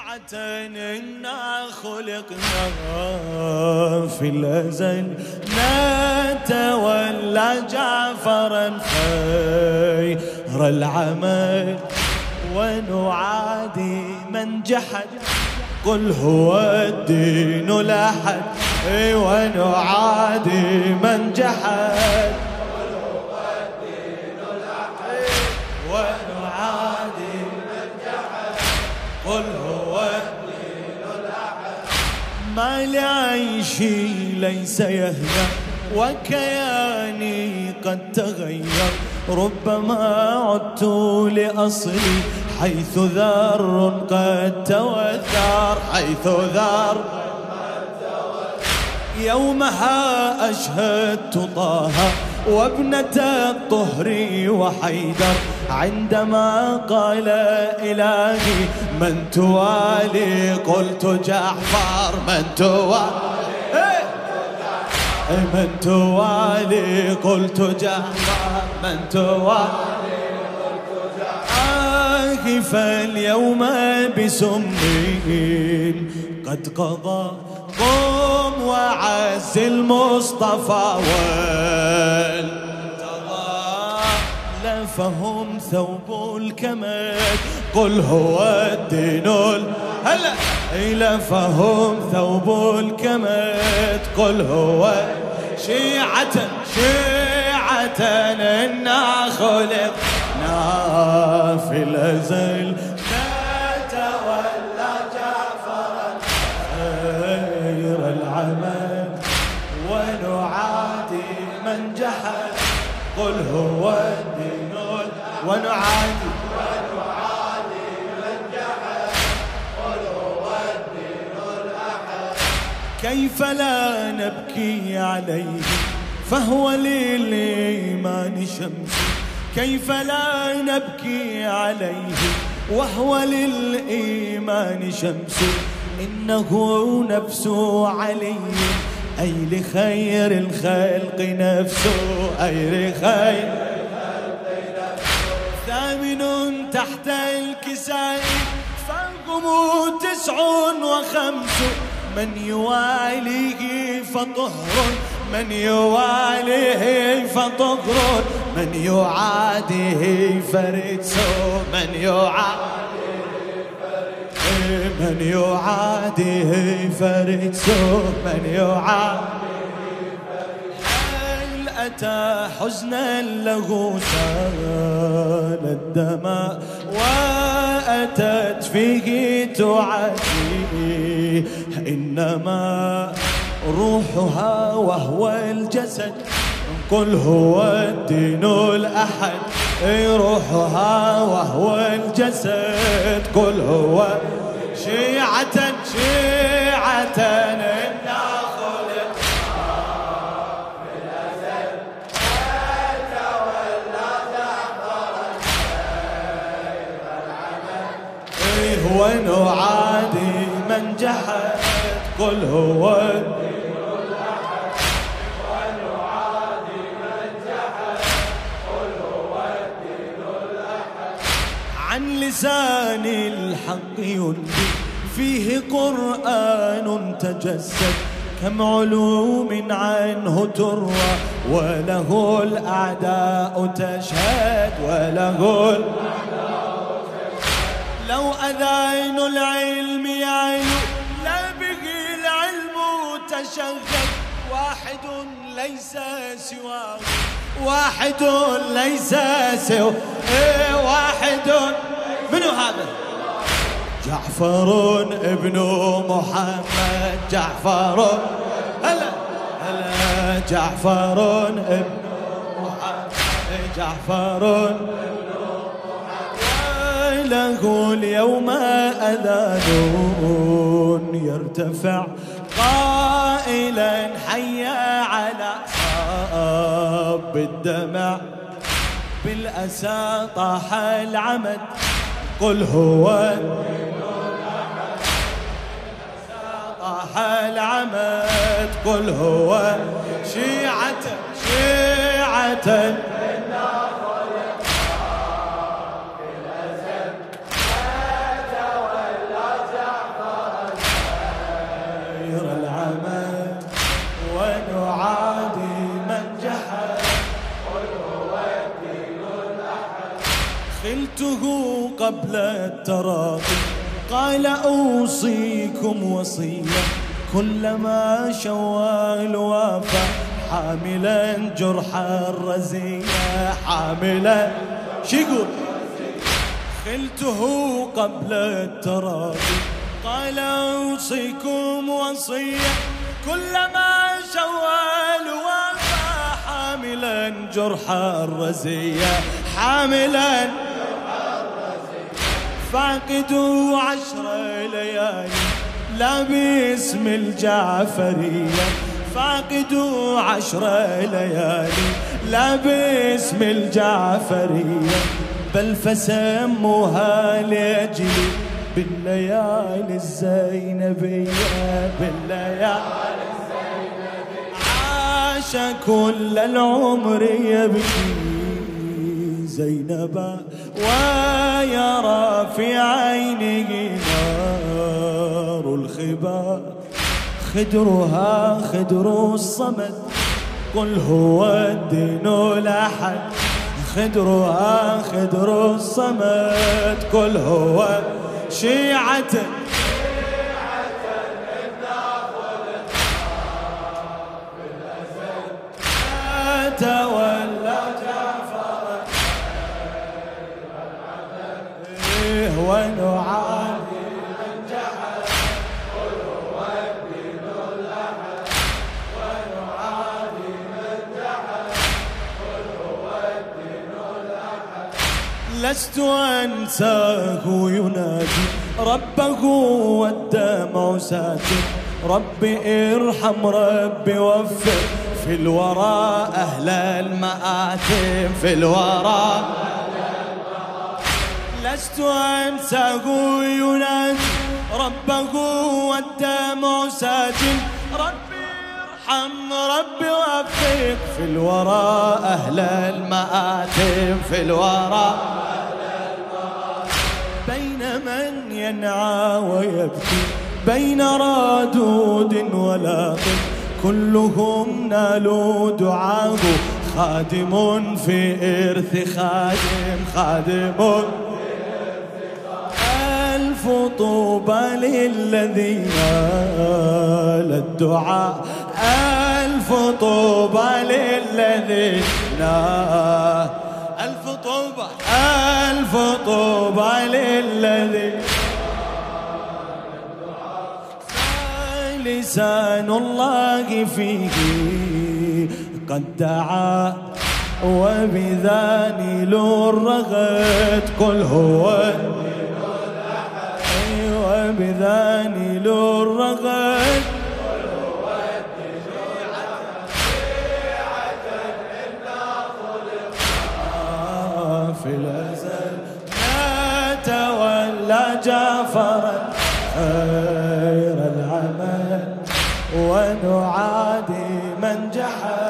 شيعة إنا خلقنا في الأزل نتولى جعفرا خير العمل ونعادي من جحد قل هو الدين الأحد ونعادي من جحد قل هو الدين الأحد ونعادي من جحد قل هو الدين الأحد ما لعيشي ليس يهنى وكياني قد تغير ربما عدت لأصلي حيث ذر قد توثر حيث ذر يومها أشهدت طه وابنة الطهر وحيدر عندما قال إلهي من توالي قلت جعفر من توالي من توالي قلت جعفر من توالي فاليوم بسمين قد قضى قم وعز المصطفى والتضى لفهم ثوب الكمال قل هو الدين هلا لفهم ثوب الكمال قل هو شيعة إنا خلقنا في الأزل نتولى جعفرا خير العمل ونعادي من جحد قل هو الدين ونعادي من جحد قل هو الدين الأحد كيف لا نبكي عليه فهو للإيمان شمس كيف لا نبكي عليه وهو للإيمان شمس إنه نفس علي أي لخير الخلق نفسه أي لخير الخلق نفسه ثامن تحت الكساء فالقم 59 من يواليه فطهر من يواليه فطهر من يعاديه فريد من يعاديه فريد من يعاديه فريد من يعاديه فريد هل أتى حزنا له سال الدماء وأتت فيه تعاتيه إنما روحها وهو الجسد قل هو الدين الأحد روحها وهو الجسد قل هو شيعة إنا خلقنا في الأزل نتولى جعفرا خير العمل ونعادي من جحد قل هو عن لسان الحق ينبي فيه قرآن تجسد كم علوم عنه تروى وله الأعداء تشهد وله الأعداء تشهد لو أذان العلم يعلو لا به العلم تشهد واحد ليس سواه واحد ليس سواه واحد منو هذا جعفر ابن محمد جعفر هلا هلا جعفر ابن محمد جعفر ابن محمد له اليوم أذان يرتفع قائلا حيا على صاب الدمع بالأسى طاح العمد قل هو طاح العمد قل هو شيعة قبل التراضي قال أوصيكم وصية كلما شوى الوفا حاملا جرح الرزية حاملا شيقول خلته قبل التراضي قال أوصيكم وصية كلما شوى الوفا حاملا جرح الرزية حاملا فاقدوا 10 ليالي لا باسم الجعفرية فاقدوا 10 ليالي لا باسم الجعفرية بل فسموها لأجلي بالليالي الزينبية بالليالي الزينبية عاش كل العمر يبكي زينبا ويرى في عينه نار الخبا خدرها خدر الصمد قل هو الدين الأحد خدرها خدر الصمد قل هو شيعة تولى جعفر ونعادي من جحد قل هو الدين الأحد ونعادي من جحد قل هو الدين الأحد لست أنساه ينادي ربه والدمع ساكن رب ارحم رب وفر في الورى أهل المآثم في الورى لست أنساه ينادي ربه والدمع ساجن ربي ارحم ربي وفق في الورى أهل المآثم في الورى بين من ينعى ويبكي بين رادود ولاقٍ كلهم نالوا دعاه خادم في إرث خادم خادم ألف طوبى للذي نال الدعاء ألف طوبى للذي نال ألف طوبى للذي لسان الله فيه قد دعا وبذا نيل الرغد قل هو وبذا نيل الرغد قل هو شيعة إنا خلقنا في الأزل ما تولى جعفرا خير العمل ونعادي من جحد